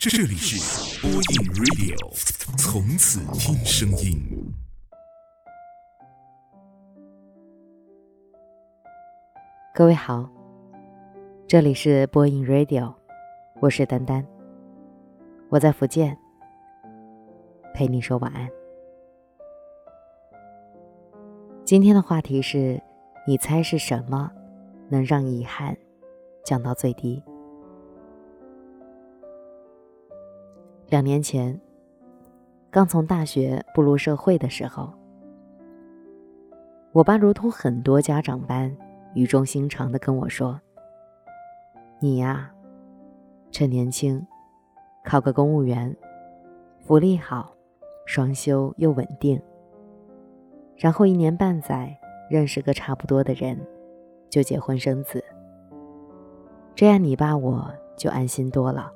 这里是播音 Radio， 从此听声音。 各位好，这里是播音 Radio， 我是丹丹，我在福建，陪你说晚安。今天的话题是，你猜是什么能让遗憾降到最低？2年前，刚从大学步入社会的时候，我爸如同很多家长般语重心长地跟我说，你呀，趁年轻考个公务员，福利好，双休又稳定，然后1年半载认识个差不多的人，就结婚生子，这样你爸我就安心多了。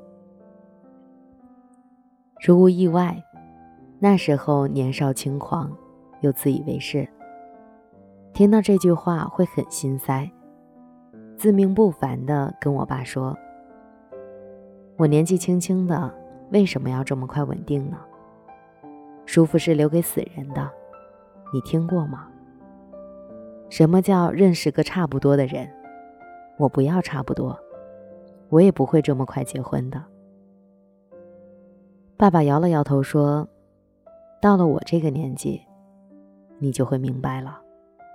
如无意外，那时候年少轻狂又自以为是，听到这句话会很心塞，自命不凡地跟我爸说，我年纪轻轻的为什么要这么快稳定呢？舒服是留给死人的，你听过吗？什么叫认识个差不多的人？我不要差不多，我也不会这么快结婚的。爸爸摇了摇头说，到了我这个年纪，你就会明白了。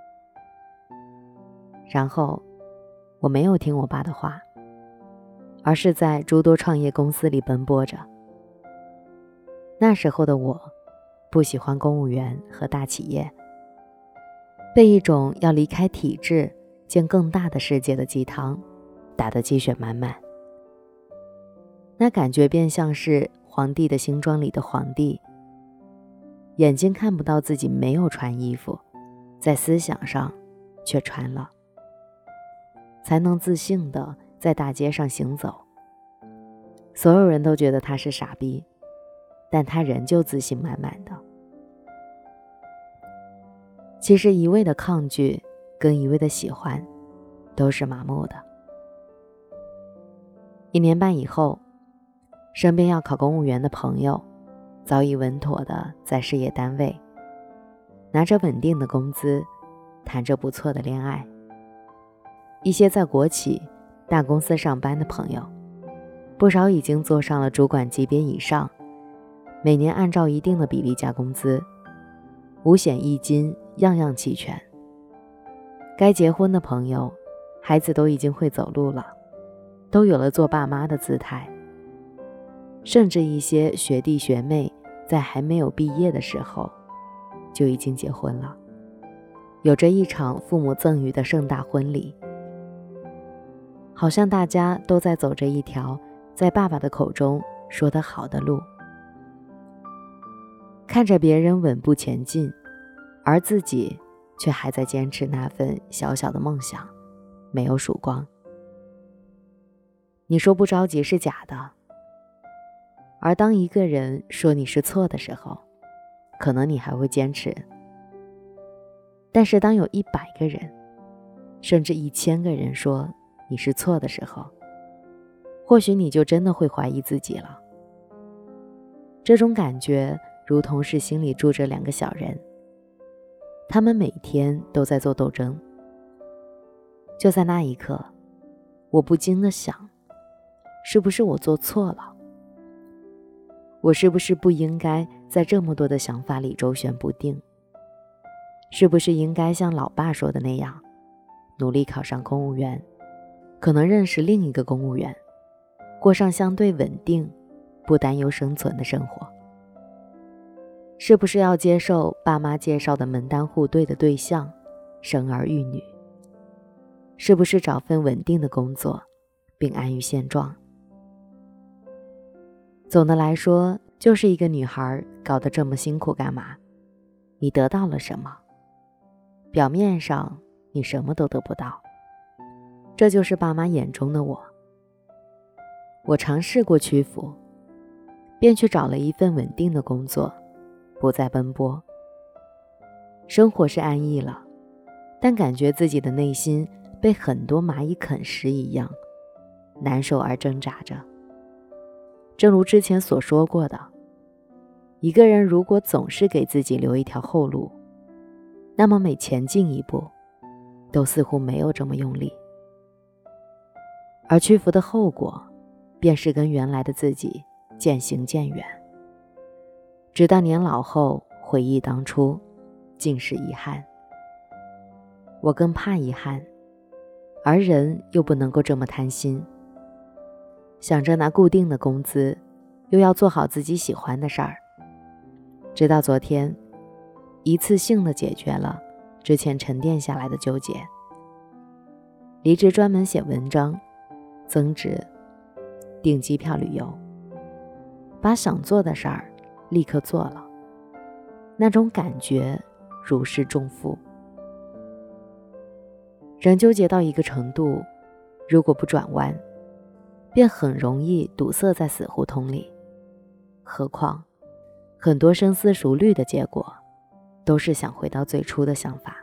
然后我没有听我爸的话，而是在诸多创业公司里奔波着。那时候的我不喜欢公务员和大企业，被一种要离开体制见更大的世界的鸡汤打得鸡血满满，那感觉便像是皇帝的新装里的皇帝，眼睛看不到自己没有穿衣服，在思想上却穿了，才能自信地在大街上行走。所有人都觉得他是傻逼，但他仍旧自信满满的。其实一味的抗拒跟一味的喜欢都是麻木的。1年半以后，身边要考公务员的朋友早已稳妥的在事业单位，拿着稳定的工资，谈着不错的恋爱。一些在国企大公司上班的朋友，不少已经做上了主管级别以上，每年按照一定的比例加工资，五险一金样样齐全。该结婚的朋友，孩子都已经会走路了，都有了做爸妈的姿态。甚至一些学弟学妹在还没有毕业的时候就已经结婚了，有着一场父母赠予的盛大婚礼。好像大家都在走着一条在爸爸的口中说得好的路，看着别人稳步前进，而自己却还在坚持那份小小的梦想，没有曙光。你说不着急是假的，而当一个人说你是错的时候，可能你还会坚持。但是当有100个人，甚至1000个人说你是错的时候，或许你就真的会怀疑自己了。这种感觉如同是心里住着2个小人，他们每天都在做斗争。就在那一刻，我不禁地想，是不是我做错了？我是不是不应该在这么多的想法里周旋不定？是不是应该像老爸说的那样，努力考上公务员，可能认识另一个公务员，过上相对稳定、不担忧生存的生活？是不是要接受爸妈介绍的门当户对的对象，生儿育女？是不是找份稳定的工作，并安于现状？总的来说，就是一个女孩搞得这么辛苦干嘛？你得到了什么？表面上你什么都得不到。这就是爸妈眼中的我。我尝试过屈服，便去找了一份稳定的工作，不再奔波。生活是安逸了，但感觉自己的内心被很多蚂蚁啃食一样，难受而挣扎着。 正如之前所说过的，一个人如果总是给自己留一条后路，那么每前进一步都似乎没有这么用力，而屈服的后果便是跟原来的自己渐行渐远，直到年老后回忆当初，尽是遗憾。我更怕遗憾，而人又不能够这么贪心，想着拿固定的工资，又要做好自己喜欢的事儿，直到昨天一次性地解决了之前沉淀下来的纠结。离职专门写文章，增值，订机票旅游，把想做的事儿立刻做了，那种感觉如释重负。人纠结到一个程度，如果不转弯，便很容易堵塞在死胡同里。何况很多深思熟虑的结果都是想回到最初的想法。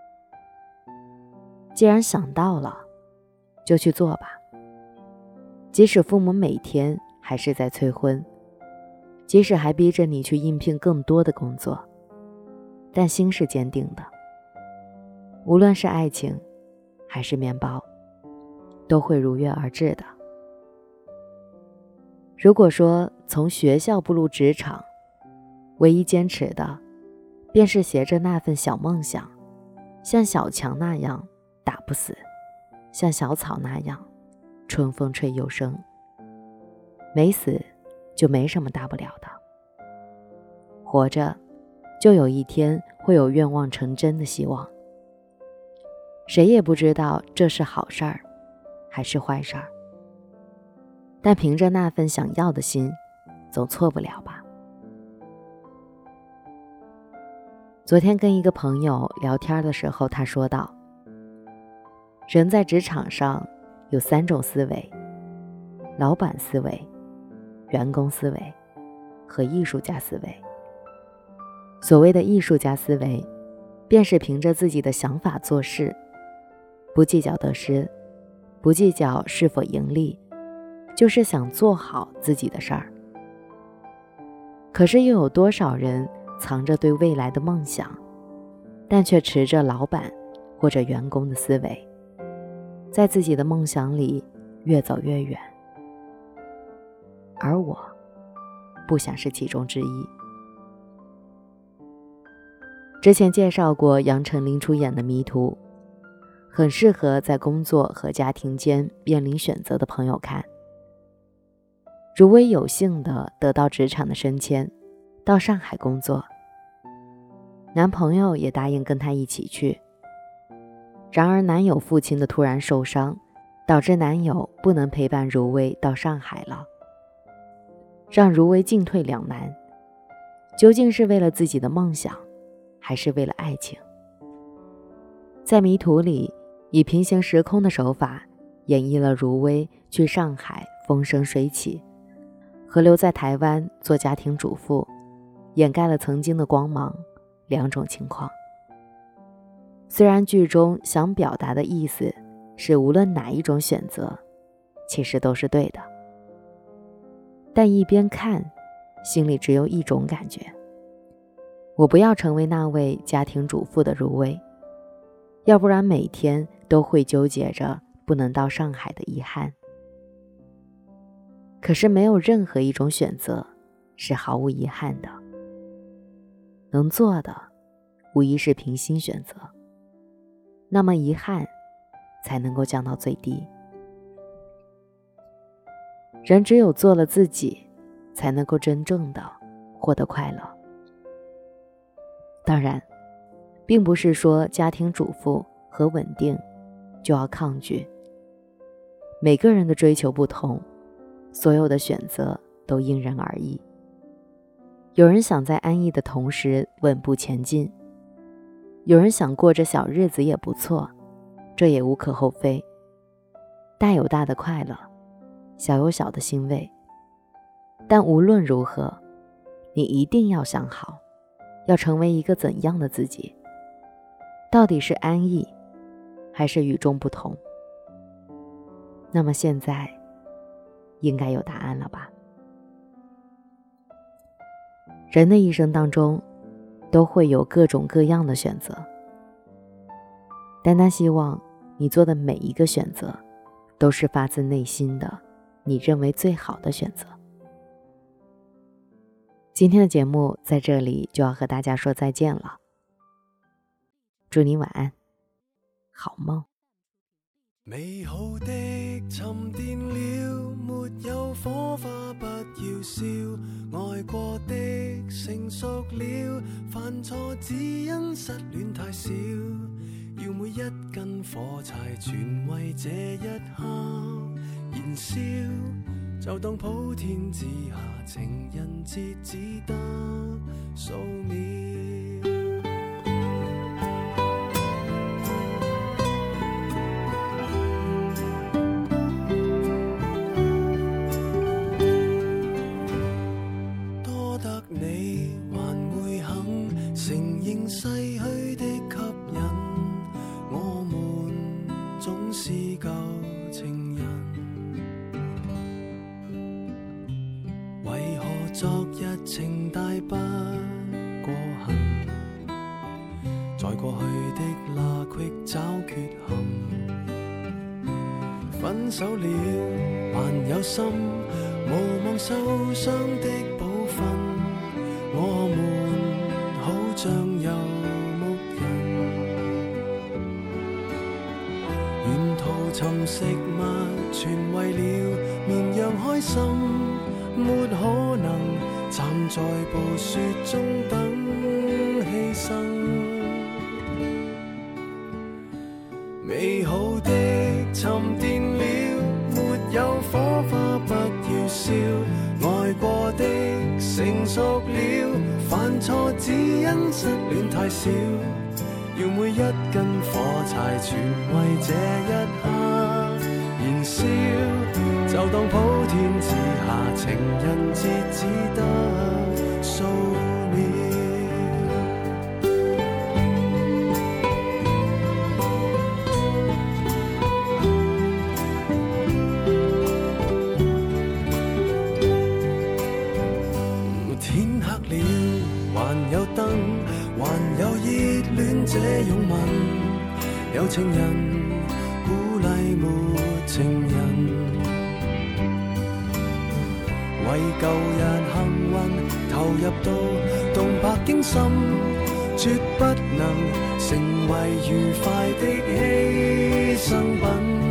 既然想到了，就去做吧。即使父母每天还是在催婚，即使还逼着你去应聘更多的工作，但心是坚定的。无论是爱情还是面包，都会如约而至的。如果说从学校步入职场，唯一坚持的便是携着那份小梦想，像小强那样打不死，像小草那样春风吹又生，没死就没什么大不了的。活着就有一天会有愿望成真的希望。谁也不知道这是好事儿还是坏事儿，但凭着那份想要的心，总错不了吧。昨天跟一个朋友聊天的时候，他说道，人在职场上有3种思维：老板思维、员工思维和艺术家思维。所谓的艺术家思维，便是凭着自己的想法做事，不计较得失，不计较是否盈利，就是想做好自己的事儿。可是又有多少人藏着对未来的梦想，但却持着老板或者员工的思维，在自己的梦想里越走越远。而我不想是其中之一。之前介绍过杨丞琳出演的《迷途》，很适合在工作和家庭间面临选择的朋友看。如薇有幸地得到职场的升迁，到上海工作，男朋友也答应跟她一起去。然而男友父亲的突然受伤，导致男友不能陪伴如薇到上海了，让如薇进退两难，究竟是为了自己的梦想，还是为了爱情？在迷途里，以平行时空的手法演绎了如薇去上海风生水起，和留在台湾做家庭主妇，掩盖了曾经的光芒2种情况。虽然剧中想表达的意思是无论哪一种选择其实都是对的，但一边看心里只有一种感觉，我不要成为那位家庭主妇的如薇，要不然每天都会纠结着不能到上海的遗憾。可是没有任何一种选择是毫无遗憾的，能做的无疑是平心选择，那么遗憾才能够降到最低。人只有做了自己，才能够真正的获得快乐。当然，并不是说家庭主妇和稳定就要抗拒，每个人的追求不同，所有的选择都因人而异。有人想在安逸的同时稳步前进，有人想过着小日子也不错，这也无可厚非。大有大的快乐，小有小的欣慰。但无论如何，你一定要想好，要成为一个怎样的自己，到底是安逸还是与众不同？那么现在应该有答案了吧？ 人的一生当中都会有各种各样的选择，单单希望你做的每一个选择都是发自内心的，你认为最好的选择。今天的节目在这里就要和大家说再见了，祝你晚安，好梦。 美好的沉淀了，没有火花不要烧，爱过的成熟了，犯错只因失恋太少，要每一根火柴全为这一刻燃烧，就当普天之下情人节只得数秒。逝去的吸引，我們總是舊情人。為何昨日情大不過恨？在過去的罅隙找缺陷。分手了還有心，無望受傷的部分，我們好像遊牧人，沿途尋食物全為了綿羊開心，沒可能站在暴雪中等犧牲。美好的沉澱了，沒有火花不要燒，愛過的成熟了，犯錯只因失戀太少，要每一根火柴全為這一刻燃燒，就當普天之下情人節只得數秒。還有燈，還有熱戀這擁吻，有情人鼓勵沒情人，為舊日幸運投入到動魄驚心，絕不能成為愉快的犧牲品。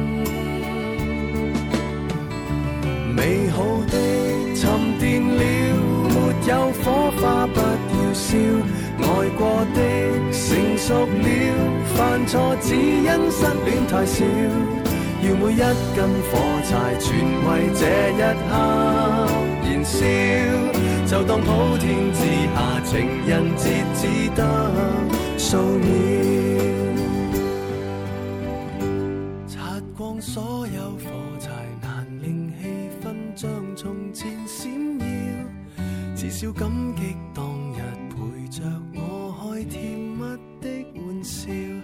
美好的沉澱了，沒有火花不要燒，愛過的成熟了，犯錯只因失戀太少，要每一根火柴全為這一刻燃燒，就當普天之下情人節只得數秒，擦光所有火柴，難令氣氛像從前閃耀，至少感激當日陪着我開甜蜜的玩笑。